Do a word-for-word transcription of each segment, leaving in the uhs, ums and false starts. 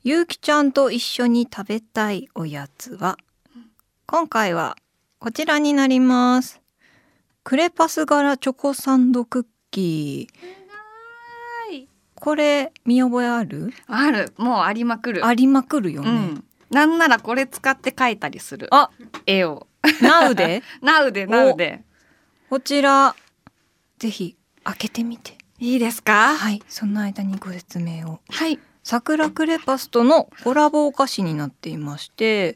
ゆうきちゃんと一緒に食べたいおやつは、今回はこちらになります。クレパス柄チョコサンドクッキー。これ見覚えある？ ある。もうありまくる。 ありまくるよね、うん、 なんならこれ使って描いたりする。 あ、 絵をナウでナウでナウでこちらぜひ開けてみていいですか？ はい、その間にご説明を。 はい、 桜クレパスとのコラボお菓子になっていまして、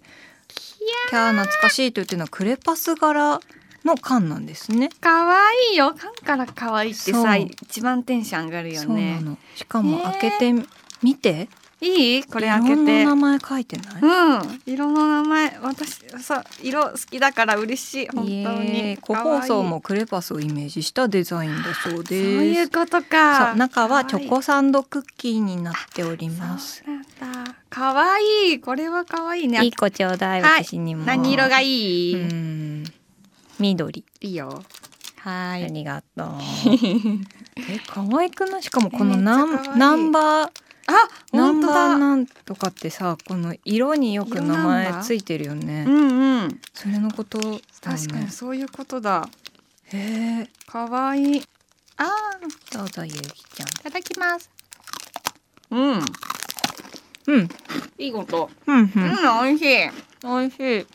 キャー懐かしいと言ってるのはクレパス柄の缶なんですね。 かわいいよ。缶からかわいいってさ、一番テンション上がるよね。 そうなの。しかも開けてみて。 いい？これ開けて。 色の名前書いてない？ うん。色の名前、私さ色好きだから嬉しい。本当に。 個包装もクレパスをイメージしたデザインだそうです。そういうことか。 そう、中はチョコサンドクッキーになっております。 そうなんだ。かわいい。これはかわいいね。 いい子ちょうだい、はい、私にも。 何色がいい？ うん、緑。 いいよ。 はい、ありがとう。え、可愛くない？しかもこのナン、ナンバー。 あ、 ナンバーなんとかってさ、この色によく名前ついてるよね。 うんうん。 それのことだよね。 確かにそういうことだ。 へえ、 かわいい。あー、どうぞゆうきちゃん。いただきます。うん。 うん。 いいこと。 うんうん。うん、 美味しい。 美味しい。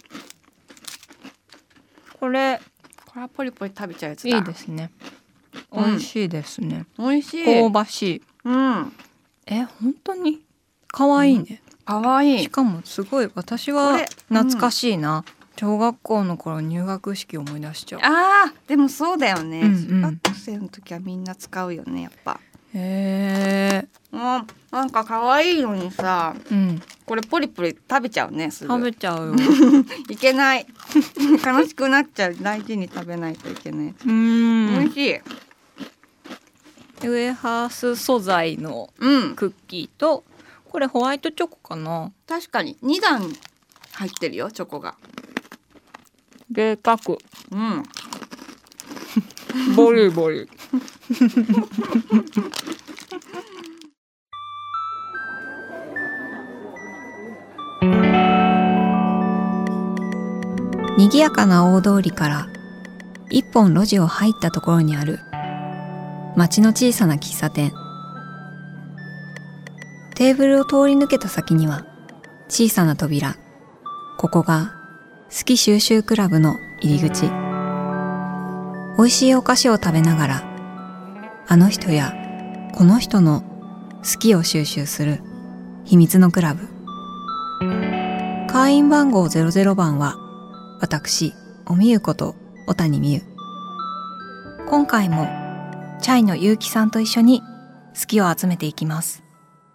これ、 これはポリポリ食べちゃうやつだ。 いいですね。美味しいですね。 うん、美味しい。 香ばしい。 うん。 え、本当に可愛いね。 可愛い。 しかもすごい、私は懐かしいな。うん、小学校の頃入学式を思い出しちゃう。 ああ、でもそうだよね。 うんうん、 小学生の時はみんな使うよね、やっぱ。 へえ。 もうなんか可愛いのにさ、 うん、 これポリポリ食べちゃうね。すぐ食べちゃうよ。 いけない。悲しくなっちゃう。大事に食べないといけない。 うん。 美味しい。 ウエハース素材のクッキーと、うん、これホワイトチョコかな。 確かにに段入ってるよ、チョコが。 贅沢。 うん。 ボリボリ。賑やかな大通りから一本路地を入ったところにある町の小さな喫茶店。テーブルを通り抜けた先には小さな扉。ここが好き収集クラブの入り口。美味しいお菓子を食べながらあの人やこの人の好きを収集する秘密のクラブ。会員番号ゼロゼロ番は私おみゆこと小谷美優。今回もチャイのゆうきさんと一緒に好きを集めていきます。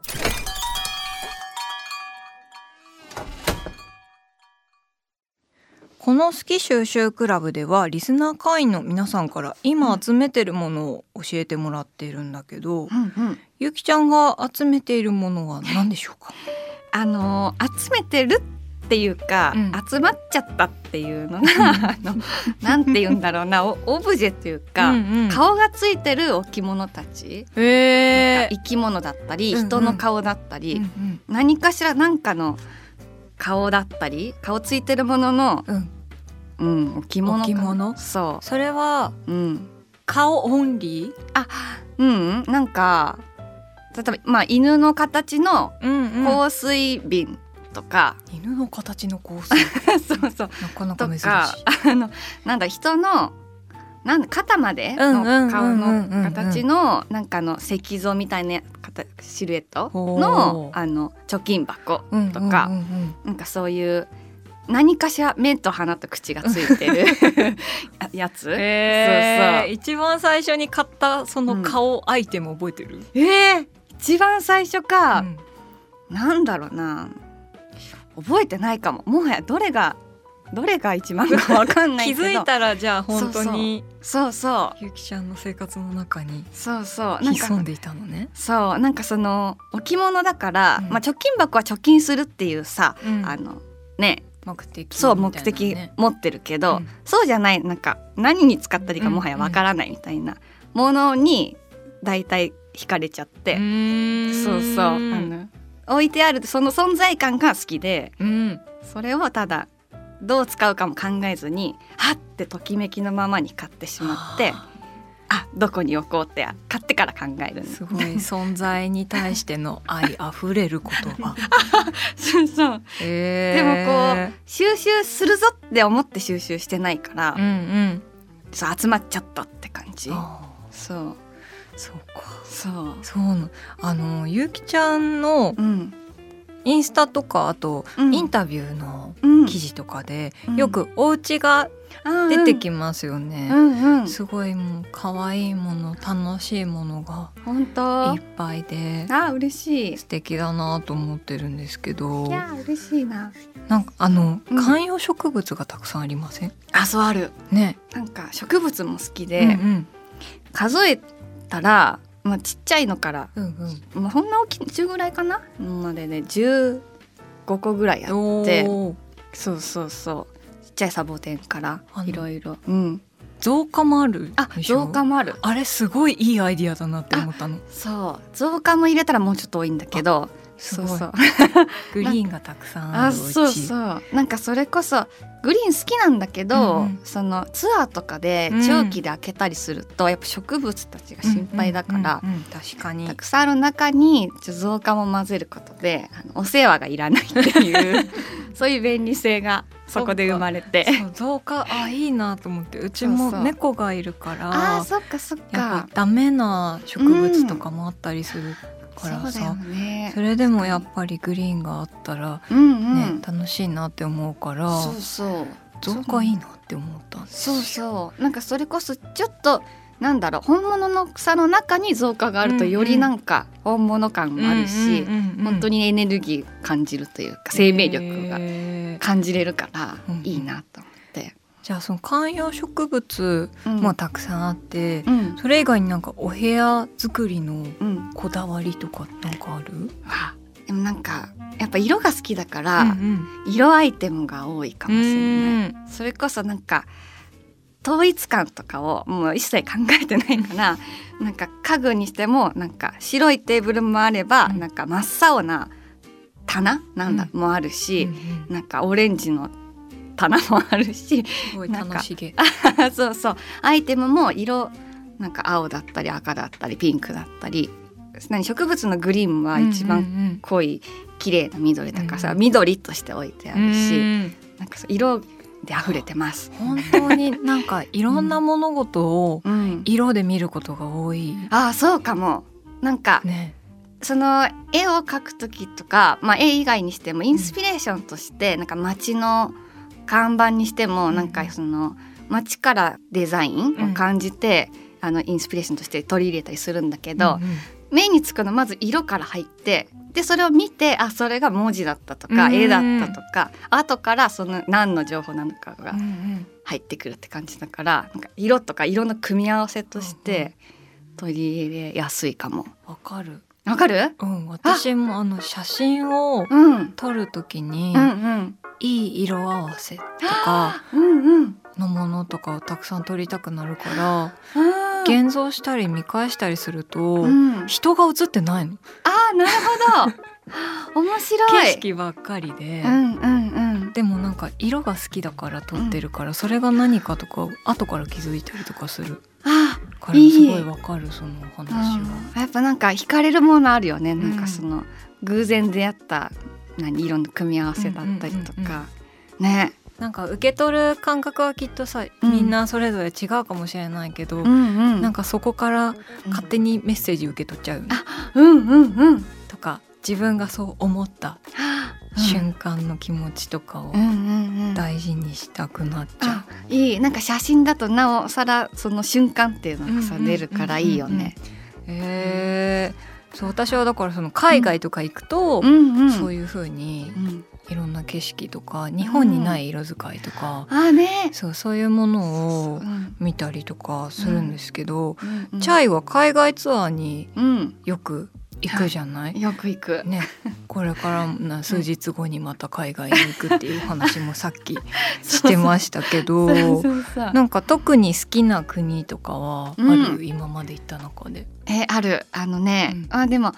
この好き収集クラブではリスナー会員の皆さんから今集めてるものを教えてもらっているんだけど、うんうん、ゆうきちゃんが集めているものは何でしょうか？ あの集めてるっていうか、うん、集まっちゃったっていうのがあのなんて言うんだろうな、オブジェっていうか、うんうん、顔がついてる置物たち、 へー、 生き物だったり、うんうん、人の顔だったり、うんうん、何かしら何かの顔だったり顔ついてるものの、うんうん、置物か。 置物？ そう。 それは、うん、顔オンリー？ あ、うん、なんか例えば、まあ、犬の形の香水瓶とか、 うんうん、犬の形の香水そうそう、 なかなか珍しい。 あのなんだ人のなん肩までの顔の形のなんかの石像みたいなシルエットのあの貯金箱とか、うんうんうんうん、なんかそういう何かしら目と鼻と口がついてるやつ、 えー、そうそう。一番最初に買ったその顔アイテム覚えてる？ うん、えー、一番最初か、うん、なんだろうな、覚えてないかも。もはやどれがどれが一番か分かんないけど気づいたらじゃあ本当にそうそうゆうきちゃんの生活の中にそうそう潜んでいたのね。 そう、なんかその置物だから、うん、まあ、貯金箱は貯金するっていうさ、うん、あのね目的みたいなね、 そう目的持ってるけど、うん、そうじゃない、なんか何に使ったりかもはや分からないみたいなものにだいたい惹かれちゃって、うん、そうそう、あの置いてあるその存在感が好きで、 うん、 それをただどう使うかも考えずにはってときめきのままに買ってしまって、あどこに置こうって買ってから考えるんです。 すごい存在に対しての愛あふれる言葉そうそう、 えー、でもこう収集するぞって思って収集してないから、 うんうん、 そう集まっちゃったって感じ。そうそうか、 そうそうあのゆうきちゃんのインスタとかあとインタビューの記事とかで、うん、よくお家が出てきますよね、うんうんうん、すごいもう可愛いもの楽しいものがいっぱいで、 あ嬉しい、 素敵だなと思ってるんですけど、 いや嬉しいな。 なんかあの、うん、観葉植物がたくさんありません？ あそうあるね。 なんか植物も好きで、 うんうん、 数えたら、まあ、ちっちゃいのから、 うんうん、 まあ、こんな大きい中ぐらいかなまでねじゅうごこぐらいあって、そうそうそうちっちゃいサボテンからいろいろ造花もある。 あ造花もある。 あれすごいいいアイディアだなって思ったの。 そう造花も入れたらもうちょっと多いんだけど、 そうそうグリーンがたくさんあるあそうそうなんかそれこそグリーン好きなんだけど、うんうん、そのツアーとかで長期で開けたりすると、うん、やっぱ植物たちが心配だから、 うんうんうんうん、確かにたくさんある中に造花も混ぜることであのお世話がいらないっていうそういう便利性がそこで生まれて、 そう造花あいいなと思って、うちも猫がいるから、 あそっかそっかやっぱダメな植物とかもあったりする、うんからさ、 そうだよね、それでもやっぱりグリーンがあったら、うんうんね、楽しいなって思うから、 そうそう造花いいなって思ったんですよ。 そうそうなんかそれこそちょっとなんだろう本物の草の中に造花があるとよりなんか本物感もあるし、本当にエネルギー感じるというか生命力が感じれるからいいなと思って、うんうん、 じゃあその観葉植物もたくさんあって、 うん、 それ以外になんかお部屋作りのこだわりとかなんかある？うん、 あでもなんかやっぱ色が好きだから、うんうん、色アイテムが多いかもしれない。それこそなんか統一感とかをもう一切考えてないからなんか家具にしてもなんか白いテーブルもあれば、うん、なんか真っ青な棚なんだ、うん、もあるし、うんうん、なんかオレンジの棚もあるし、 すごい楽しげそうそうアイテムも色なんか青だったり赤だったりピンクだったり、何植物のグリーンは一番濃い綺麗な緑だからさ、うんうん、緑として置いてあるし、うん、なんか色で溢れてます。 本当になんかいろんな物事を色で見ることが多い、 うん、ああそうかも。なんか、ね、その絵を描くときとか、まあ、絵以外にしてもインスピレーションとして、うん、なんか街の看板にしてもなんかその街からデザインを感じて、うん、あのインスピレーションとして取り入れたりするんだけど、うんうん、目につくのまず色から入ってでそれを見てあそれが文字だったとか、うんうん、絵だったとか後からその何の情報なのかが入ってくるって感じだから、なんか色とか色の組み合わせとして取り入れやすいかも。 わかるわかる？ うん、私もあの写真を撮るときに、 うんうん、 いい色合わせとかのものとかをたくさん撮りたくなるから、現像したり見返したりすると、うん、人が写ってないの。 あーなるほど面白い景色ばっかりで、 うんうんうん、 でもなんか色が好きだから撮ってるから、うん、それが何かとか後から気づいたりとかするからすごいわかる。その話は、 うん、やっぱなんか惹かれるものあるよね、うん、なんかその偶然出会った何色の組み合わせだったりとか、うんうんうんうん、ね、 なんか受け取る感覚はきっとさ、みんなそれぞれ違うかもしれないけど、うんうん、なんかそこから勝手にメッセージ受け取っちゃう、うん、 あうんうんうんとか自分がそう思った瞬間の気持ちとかを大事にしたくなっちゃう、 うんうんうん、いい。なんか写真だとなおさらその瞬間っていうのがさ、うんうん、出るからいいよね。 へー、そう私はだからその海外とか行くと、うんうん、そういう風にいろんな景色とか、うん、日本にない色使いとか、 うんあね、 そう、そういうものを見たりとかするんですけど、うんうん、チャイは海外ツアーによく行くじゃない、 うん、よく行く、 ね、これからな数日後にまた海外に行くっていう話もさっきしてましたけどなんか特に好きな国とかはある、うん、今まで行った中で。 えあるあのね、うん、あでも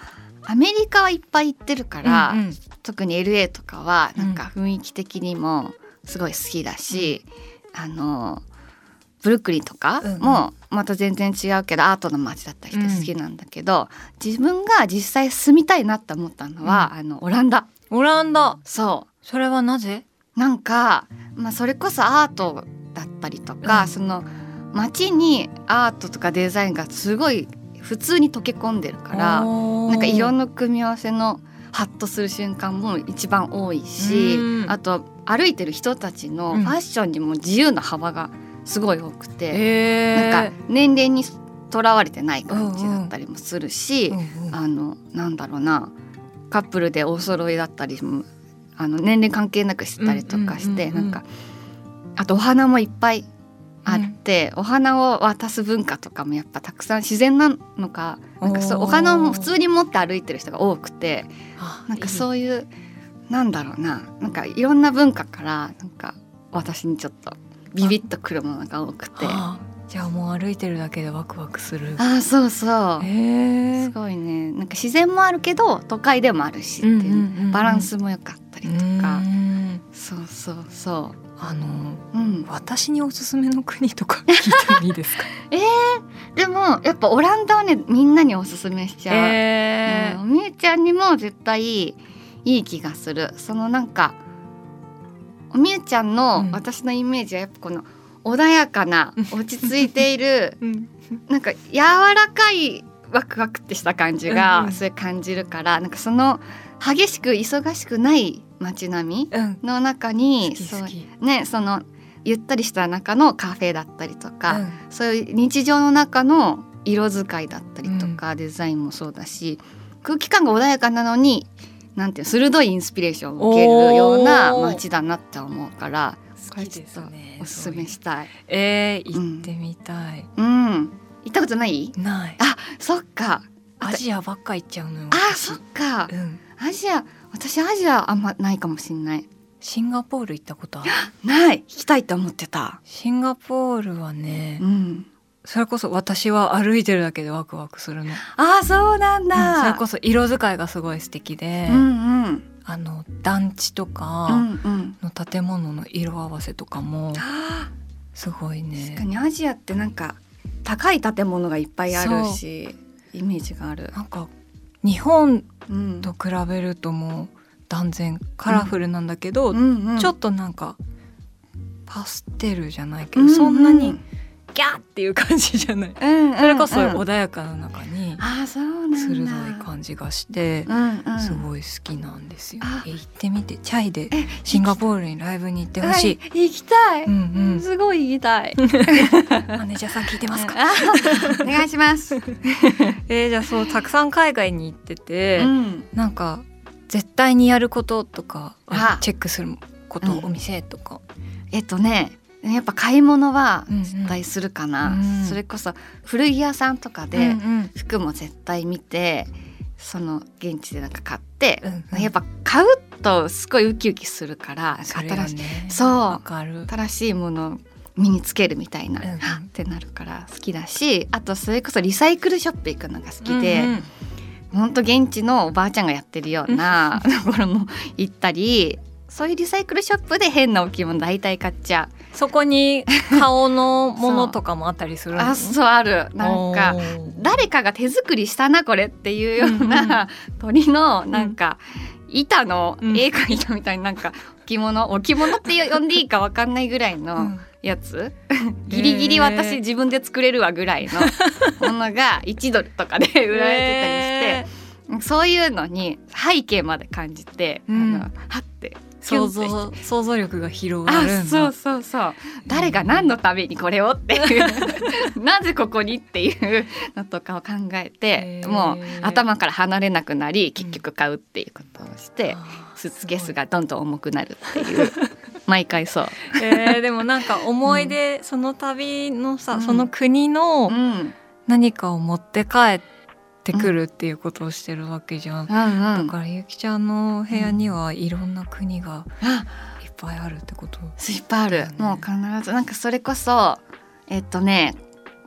アメリカはいっぱい行ってるから、 うんうん、 特に エルエー とかはなんか雰囲気的にもすごい好きだし、うん、あのブルックリンとかもまた全然違うけどアートの街だったりして好きなんだけど、うん、自分が実際住みたいなって思ったのは、うん、あのオランダ。 オランダ。 そう。 それはなぜ？ なんか、まあ、それこそアートだったりとか、うん、その街にアートとかデザインがすごい普通に溶け込んでるからなんか色の組み合わせのハッとする瞬間も一番多いし、うん、あと歩いてる人たちのファッションにも自由な幅がすごい多くて、うん、なんか年齢にとらわれてない感じだったりもするし、うんうん、あのなんだろうなカップルでお揃いだったりもあの年齢関係なくしたりとかして、なんかあとお花もいっぱいあって、うん、お花を渡す文化とかもやっぱたくさん自然なのか、なんかそうお花を普通に持って歩いてる人が多くて、なんかそういういいなんだろうな、なんかいろんな文化からなんか私にちょっとビビッとくるものが多くて、 じゃあもう歩いてるだけでワクワクする。 あ、そうそう、へすごいね。なんか自然もあるけど都会でもあるしっていう、うんうんうんうん、バランスも良かったりとか、そうそうそう。 あの、うん、私におすすめの国とか聞いてもいいですか？ えー、でもやっぱオランダはねみんなにおすすめしちゃう、えーうん、おみゆちゃんにも絶対いい気がする。そのなんかおみゆちゃんの私のイメージはやっぱこの穏やかな落ち着いている、うん、なんか柔らかいワクワクってした感じがそれ感じるから、うんうん、なんかその激しく忙しくない街並みの中に、うん、そうね、そのゆったりした中のカフェだったりとか、うん、そういう日常の中の色使いだったりとか、うん、デザインもそうだし空気感が穏やかなのになんていう鋭いインスピレーションを受けるような街だなって思うからこれちょっとおすすめしたい。 えー、行ってみたい、 うん、うん、行ったことない？ ない。 あ、そっか。 アジアばっか行っちゃうのよ。 あ、そっか、うん、アジア私アジアあんまないかもしれない。 シンガポール行ったことある？ ない。行きたいと思ってた。 シンガポールはね、 うん、 それこそ私は歩いてるだけでワクワクするの。 あ、そうなんだ、 うん、それこそ色使いがすごい素敵で、 うんうん、 あの団地とかの建物の色合わせとかもすごいね。 確かにアジアってなんか高い建物がいっぱいあるしイメージがある。 なんか日本と比べるともう断然カラフルなんだけど、うんうんうん、ちょっとなんかパステルじゃないけど、うんうん、そんなにギャーっていう感じじゃない、うんうんうん、それこそ穏やかな中に鋭い感じがして、うんうん、すごい好きなんですよ。え行ってみて。チャイでシンガポールにライブに行ってほしい。 行きたい、うんうん、すごい行きたい。 マネージャーさん聞いてますか？ お願いします。 えー、じゃあそうたくさん海外に行ってて、うん、なんか絶対にやることとかチェックすること、うん、お店とか。 えっとねやっぱ買い物は絶対するかな、うんうん、それこそ古着屋さんとかで服も絶対見て、うんうん、その現地でなんか買って、うんうん、やっぱ買うとすごいウキウキするから新しい、ね、そうわかる新しいものを身につけるみたいな、うんうん、ってなるから好きだし、あとそれこそリサイクルショップ行くのが好きで、うんうん、ほんと現地のおばあちゃんがやってるようなところも行ったり、そういうリサイクルショップで変な置物大体買っちゃう。 そこに顔のものとかもあったりするの？ あ、そうある。なんか誰かが手作りしたなこれっていうような、うん、鳥のなんか、うん、板の絵描いたみたいななんか置物置物って呼んでいいか分かんないぐらいのやつ、うん、ギリギリ私自分で作れるわぐらいのものがいちドルとかで売られてたりして、そういうのに背景まで感じて、うん、あのはって想像想像力が広がるんだ。 あ、そうそうそう。誰が何のためにこれをっていうなぜここにっていうのとかを考えて、もう頭から離れなくなり結局買うっていうことをして、うん、スーツケースがどんどん重くなるっていう毎回そう、 えー、でもなんか思い出、うん、その旅のさ、うん、その国の何かを持って帰ってってくるっていうことをしてるわけじゃん、うんうん、だからゆきちゃんの部屋にはいろんな国がいっぱいあるってこと、 いっぱいある、ね、もう必ずなんかそれこそえっとね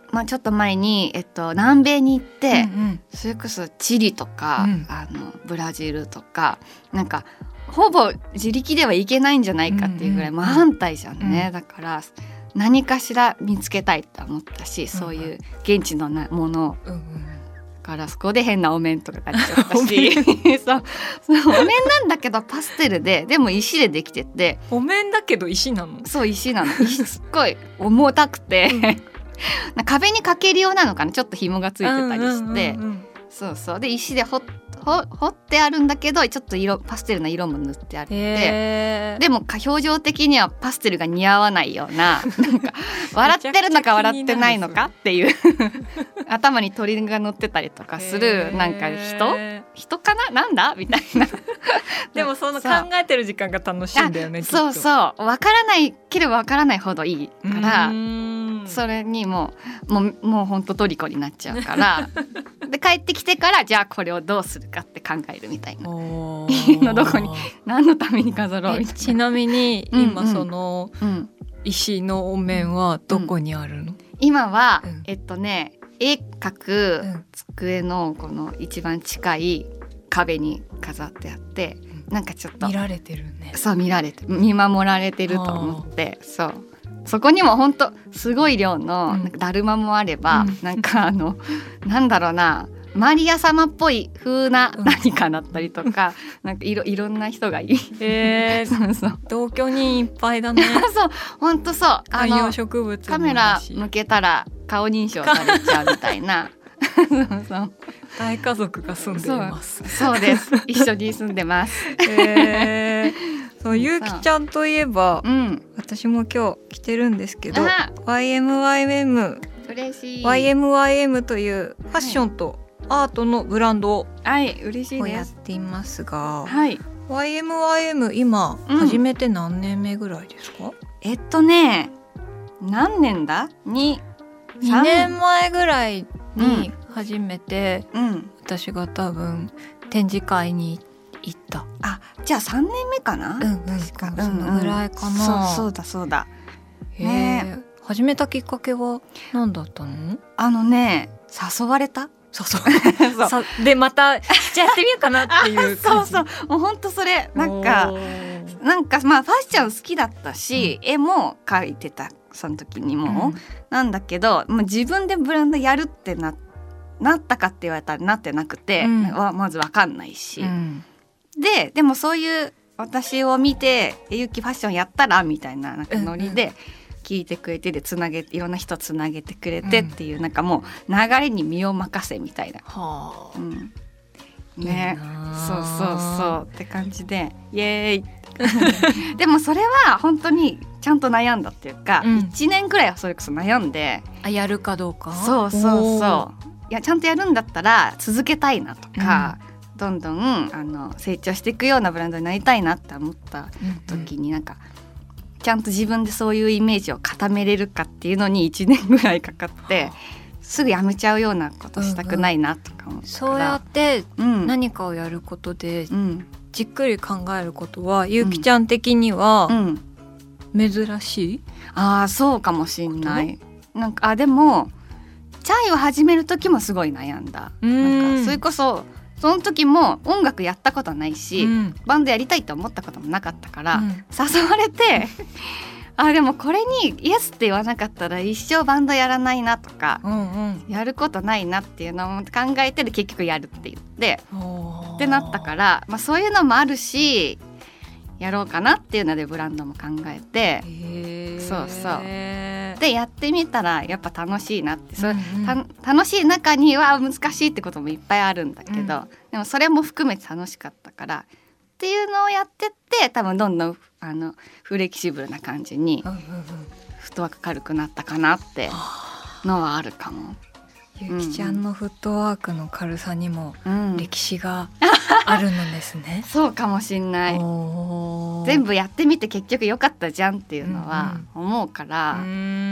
まあ、ちょっと前に、えっと、南米に行って、うんうん、それこそチリとか、うん、あのブラジルとかなんかほぼ自力では行けないんじゃないかっていうぐらい真反対じゃんね、うん、だから何かしら見つけたいと思ったし、うん、そういう現地のなものを、うんうん、からそこで変なお面とか買っちゃったしそうそうお面なんだけどパステルででも石でできてて、 お面だけど石なの？そう石なの。石すっごい重たくて、うん、壁にかけるようなのかな、ちょっと紐がついてたりして、うんうんうんうん、そうそうで石で掘ってほ掘ってあるんだけどちょっと色パステルな色も塗ってあってでも表情的にはパステルが似合わないようななんか笑ってるのか笑ってないのかっていう頭に鳥が乗ってたりとかするなんか人人かななんだみたいなでもその考えてる時間が楽しいんだよね。 そうそう分からないければ分からないほどいいからそれにもうもうもうほんとトリコになっちゃうからで帰ってきてからじゃあこれをどうするかって考えるみたいなのどこに何のために飾ろうみたいな。 ちなみに今その石のお面はどこにあるの？うんうん、 今は、うん、えっとね絵描く机のこの一番近い壁に飾ってあって、うん、なんかちょっと見られてるね。 そう見られて見守られてると思ってそうそこにもほんとすごい量のなんかだるまもあれば、うん、なんかあのなんだろうなマリア様っぽい風な何かだったりとか、うん、なんかいろいろんな人がいる、 えー、そうそう同居人いっぱいだねそうほんとそう観葉植物カメラ向けたら顔認証されちゃうみたいなそうそう大家族が住んでいます。 そう、そうです一緒に住んでます、 えー、そうゆうきちゃんといえば、うん、私も今日着てるんですけど ワイエムワイエム嬉しいワイエムワイエム というファッションとアートのブランドをやっていますが、 はい、 ワイエムワイエム 今、うん、始めて何年目ぐらいですか？ えっとね何年だににねんまえぐらいに初めて、うん、私が多分展示会に行った。 あ、じゃあさんねんめかな、うんうん、 確かそのぐらいかな、 うんうん、そう、そうだそうだ、 ね、始めたきっかけは何だったの？ あのね誘われたそうそうそうでまたじゃあやってみようかなっていう感じそうそうもうほんとそれなんかなんかまあファッション好きだったし、うん、絵も描いてたその時にも、うん、なんだけど、まあ、自分でブランドやるって な, なったかって言われたらなってなくて、うん、まず分かんないし、うん、ででもそういう私を見てゆきファッションやったらみたい な, なんかノリで聞いてくれてでつなげていろんな人つなげてくれてっていう、うん、なんかもう流れに身を任せみたいな、はあ、うん、ね、そうそうそうって感じでイエーイでもそれは本当にちゃんと悩んだっていうか、うん、いちねんくらいはそれこそ悩んであやるかどうかそうそうそういやちゃんとやるんだったら続けたいなとか、うん、どんどんあの成長していくようなブランドになりたいなって思った時になんか、うん、ちゃんと自分でそういうイメージを固めれるかっていうのにいちねんぐらいかかってすぐやめちゃうようなことしたくないなとか思ったから、 うんうん、そうやって何かをやることで、うん、じっくり考えることはゆうきちゃん的には珍しい、うん、 ああそうかもしんないなんかあでもチャイを始める時もすごい悩んだなんかそれこそその時も音楽やったことないし、うん、バンドやりたいと思ったこともなかったから、うん、誘われてあでもこれにイエスって言わなかったら一生バンドやらないなとか、うんうん、やることないなっていうのを考えてで結局やるって言ってってなったから、まあ、そういうのもあるしやろうかなっていうのでブランドも考えてそうそうでやってみたらやっぱ楽しいなって、それ、うんうん、楽しい中には難しいってこともいっぱいあるんだけど、うん、でもそれも含めて楽しかったからっていうのをやってって多分どんどんあのフレキシブルな感じにフットワーク軽くなったかなってのはあるかも。 ゆきちゃんのフットワークの軽さにも歴史があるのですね、 うん、そうかもしんない。全部やってみて結局良かったじゃんっていうのは思うから、うんうん、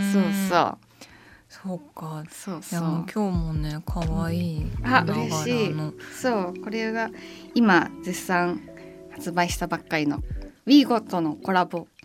そうそうそうかそうそういやもう今日もね可愛い、うん、 あ嬉しいそうこれが今絶賛発売したばっかりのウィーゴとのコラボ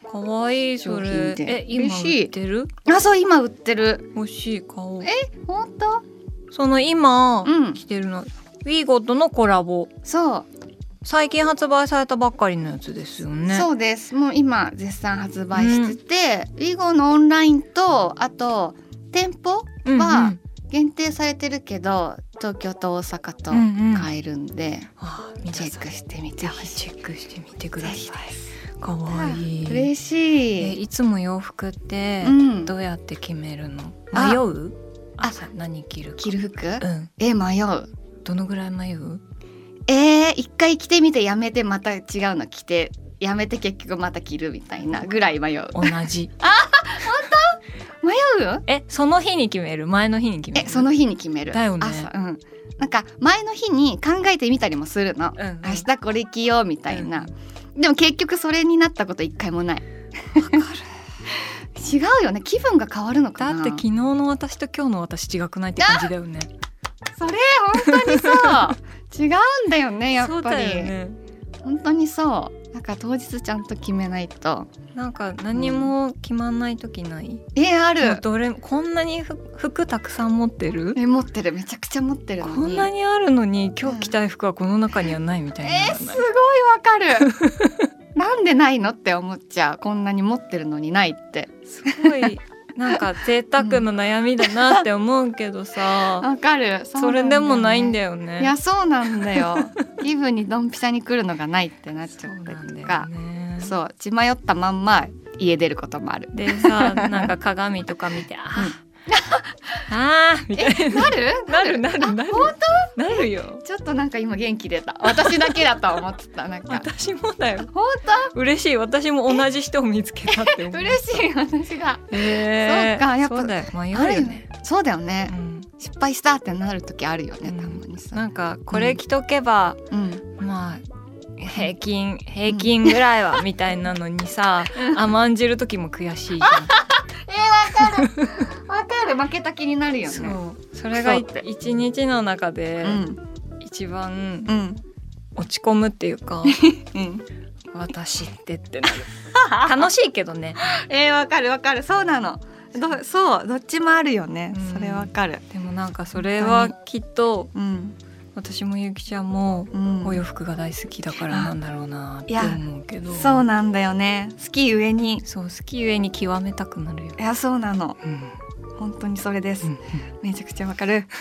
かわいいそれ。え今売ってる？ あそう今売ってる。 欲しい買おう。 え本当？ その今、うん、着てるのウィーゴットのコラボ。 そう最近発売されたばっかりのやつですよね。 そうです。もう今絶賛発売してて、うん、ウィゴのオンラインとあと店舗は限定されてるけど、うんうん、東京と大阪と買えるんで、うんうん、チェックしてみてほしい。 チェックしてみてください。かわいい。 嬉しい。 えいつも洋服ってどうやって決めるの？うん、迷う？朝何着るか？ 着る服？ うん、 え迷う。どのぐらい迷う？ えー、一回着てみてやめてまた違うの着てやめて結局また着るみたいなぐらい迷う。 同じ。 あ本当？迷う？ えその日に決める？前の日に決める？ えその日に決める。 だよね。 朝、うん、なんか前の日に考えてみたりもするの、うんうん、明日これ着ようみたいな、うん、でも結局それになったこと一回もない。わかる。違うよね。気分が変わるのかな。 だって昨日の私と今日の私違くないって感じだよね。 それ本当にそう違うんだよねやっぱり。そうだよね。本当にそう。なんか当日ちゃんと決めないと。 なんか何も決まんない時ない？うん、 えー、ある。 どれこんなに服たくさん持ってる？ え持ってる。めちゃくちゃ持ってるのに。 こんなにあるのに今日着たい服はこの中にはないみたいな。 えー、すごいわかる。なんでないのって思っちゃう。こんなに持ってるのにないって。 すごい。なんか贅沢の悩みだなって思うけどさ。 わかる。 そ, それでもないんだよね。 いやそうなんだよ。気分にドンピシャに来るのがないってなっちゃったりとか。そう, そう血迷ったまんま家出ることもある。 でさなんか鏡とか見てあ、うんあーみたいな。 なるなるなるなる。 本当？ なるよ。 ちょっとなんか今元気出た。私だけだと思ってた。なんか私もだよ。 本当？ 嬉しい。私も同じ人を見つけたって思う。 嬉しい私が。 えー、 そうかやっぱそうだよ。迷うよね。 そうだよね、うん。失敗したってなる時あるよね、うん、たまにさ。 なんかこれ着とけば、うん、まあ平均平均ぐらいはみたいなのにさ、うん、甘んじる時も悔しいじゃん。 えー、わかるわかる。負けた気になるよね。 そうそれが一日の中で一番落ち込むっていうか、うん、私ってってなる。楽しいけどね。 えー、わかるわかる。そうなの。どそうどっちもあるよね、うん、それわかる。 でもなんかそれはきっと、うん、私もゆきちゃんもお洋服が大好きだからなんだろうなって思うけど、 そうなんだよね。好きゆえにそう好きゆえに極めたくなるよ。 いやそうなの、うん、本当にそれです、うん、めちゃくちゃわかる。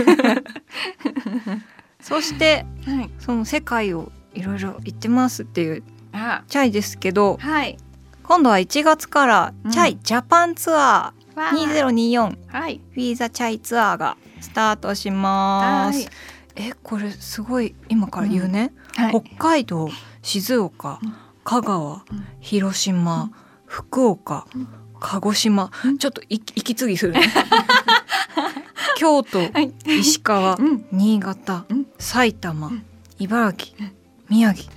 そして、はい、その世界をいろいろ行ってますっていうチャイですけど、はい、今度はいちがつからチャイ、うん、ジャパンツアーにせんにじゅうよん、はい、フィーザチャイツアーがスタートします。えこれすごい今から言うね、うんはい、北海道、静岡、香川、うん、広島、うん、福岡、うん、鹿児島、うん、ちょっと息継ぎするね。京都、はい、石川、うん、新潟、うん、埼玉、うん、茨城、うん、宮城、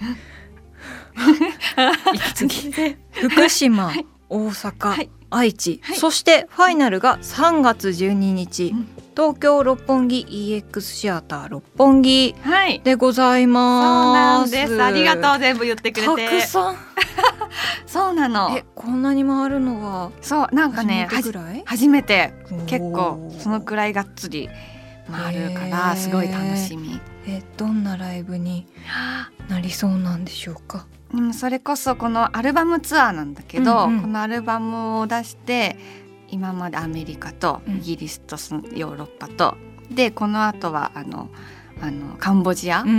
息継ぎ福島、はい、大阪、はい、愛知、はい、そしてファイナルがさんがつじゅうににち、うん、東京六本木 イーエックス シアター六本木でございます、 はい、そうなんです。ありがとう全部言ってくれて。 たくさんそうなの。 えこんなに回るのはそうなんかね初めてぐらい？ 初めて結構そのくらいがっつり回るからすごい楽しみ。 えどんなライブになりそうなんでしょうか？ うん、それこそこのアルバムツアーなんだけど、うんうん、このアルバムを出して今までアメリカとイギリスとそのヨーロッパと、うん、でこの後はあのあのカンボジア、うんうん、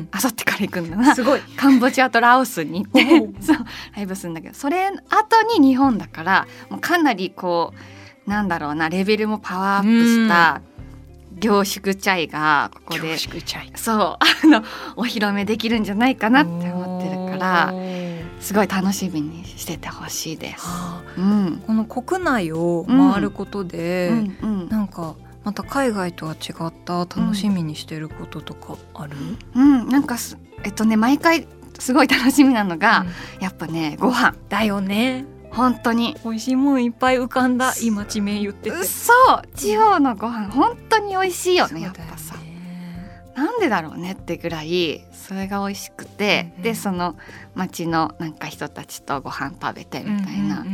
あさってから行くんだな。すごいカンボジアとラオスに行ってそうライブするんだけど、それ後に日本だからもうかなりこうなんだろうなレベルもパワーアップした凝縮チャイがここで凝縮チャイそうあのお披露目できるんじゃないかなって思ってるからすごい楽しみにしててほしいです、 うん、この国内を回ることで、うんうんうん、なんかまた海外とは違った楽しみにしてることとかある？ うん、うん、なんかえっとね毎回すごい楽しみなのが、うん、やっぱねご飯だよね。 本当に美味しいもんいっぱい浮かんだ今地名言ってて。 そう地方のご飯本当に美味しいよね。やっぱさなんでだろうねってぐらいそれが美味しくて、うんうん、でその町のなんか人たちとご飯食べてみたいな、うんうんうんうん、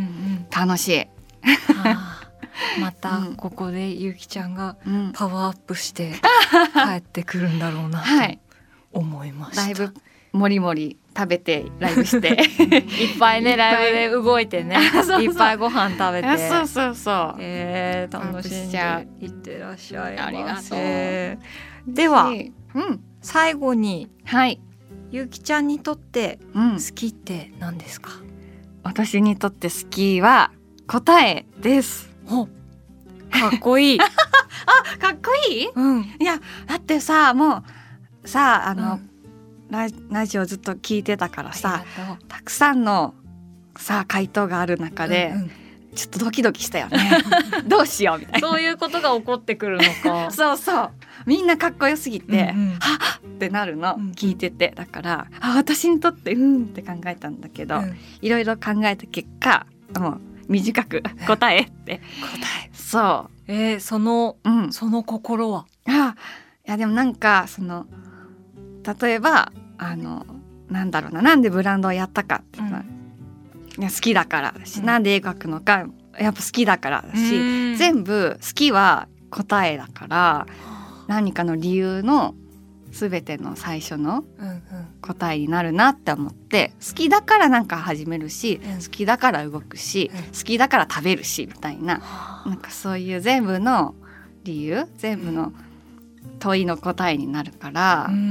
楽しいまたここでゆきちゃんがパワーアップして帰ってくるんだろうなと思いました、 はい、だいぶもりもり食べてライブしていっぱいねライブで動いてねそうそういっぱいご飯食べてそうそうそう、 えー、楽しんでいってらっしゃいませ。 ありがとう。では、うん、最後に、 はい、 ゆきちゃんにとって好きって何ですか？うん、 私にとって好きは答えです。 かっこいいあ、かっこいい、 うん、 いやだってさもうさあの、うん、ラ, ラジオずっと聞いてたからさたくさんのさ回答がある中で、うんうん、ちょっとドキドキしたよねどうしようみたいなそういうことが起こってくるのかそうそうみんなかっこよすぎて、うんうん、はっってなるの、うん、聞いててだからあ私にとってうんって考えたんだけど、うん、いろいろ考えた結果もう短く答えって答えそう、 えー、その、うん、その心はあいやでもなんかその例えばあのなんだろうななんでブランドをやったかって、うん、いや好きだからだし、うん、なんで絵描くのかやっぱ好きだからだし全部好きは答えだから何かの理由の全ての最初の答えになるなって思って好きだからなんか始めるし、うん、好きだから動くし、うん、好きだから食べるしみたいな、なんかそういう全部の理由全部の問いの答えになるから、うん、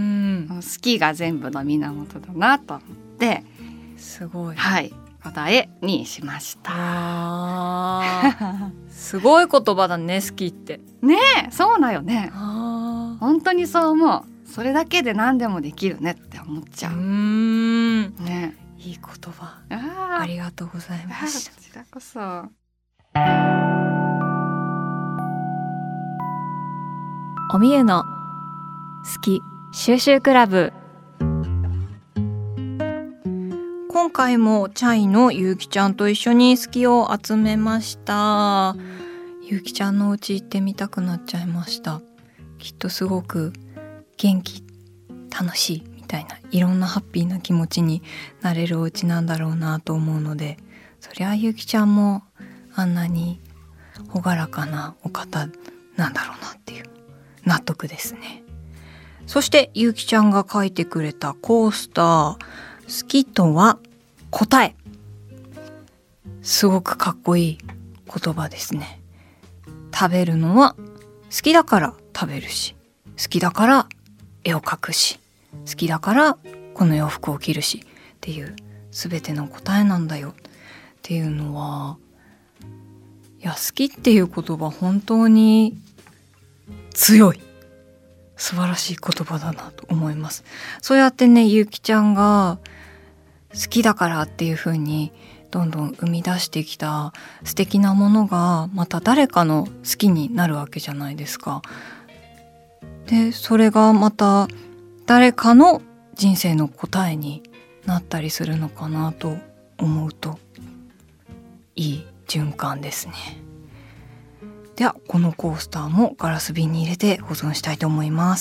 好きが全部の源だなと思ってすごい、 はい、答えにしました。 あすごい言葉だね好きってねえそうだよね。あ本当にそう思う。それだけで何でもできるねって思っちゃう。うーん、 ね、 いい言葉 あ, ありがとうございました。 こちらこそ。 おみゆの好き収集クラブ。今回もチャイのゆうきちゃんと一緒に好きを集めました。ゆうきちゃんのお家行ってみたくなっちゃいました。きっとすごく元気楽しいみたいないろんなハッピーな気持ちになれるお家なんだろうなと思うので、そりゃゆきちゃんもあんなに朗らかなお方なんだろうなっていう納得ですね。そしてゆきちゃんが書いてくれたコースター、好きとは答え、すごくかっこいい言葉ですね。食べるのは好きだから食べるし、好きだから絵を描くし、好きだからこの洋服を着るしっていう全ての答えなんだよっていうのは、いや好きっていう言葉本当に強い素晴らしい言葉だなと思います。そうやってねゆきちゃんが好きだからっていう風にどんどん生み出してきた素敵なものがまた誰かの好きになるわけじゃないですか。でそれがまた誰かの人生の答えになったりするのかなと思うといい循環ですね。ではこのコースターもガラス瓶に入れて保存したいと思います。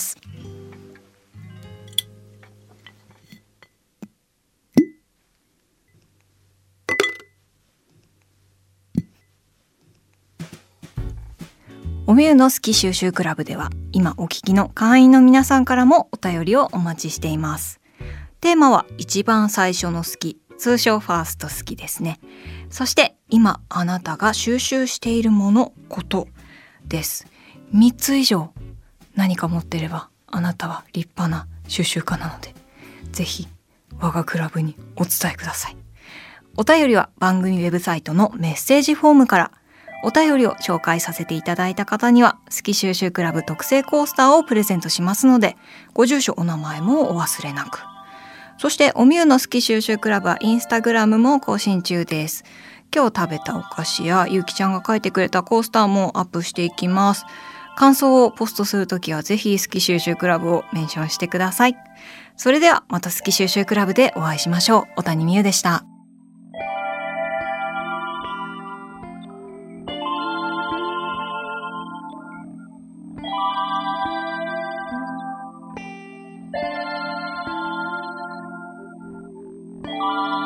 おみゆの好き収集クラブでは今お聞きの会員の皆さんからもお便りをお待ちしています。テーマは一番最初の好き、通称ファースト好きですね。そして今あなたが収集しているもの、ことです。みっつ以上何か持ってればあなたは立派な収集家なので、ぜひ我がクラブにお伝えください。お便りは番組ウェブサイトのメッセージフォームから。お便りを紹介させていただいた方には好き収集クラブ特製コースターをプレゼントしますので、ご住所お名前もお忘れなく。そしておみゆの好き収集クラブはインスタグラムも更新中です。今日食べたお菓子やゆうきちゃんが書いてくれたコースターもアップしていきます。感想をポストするときはぜひ好き収集クラブをメンションしてください。それではまた好き収集クラブでお会いしましょう。小谷美優でした。 す。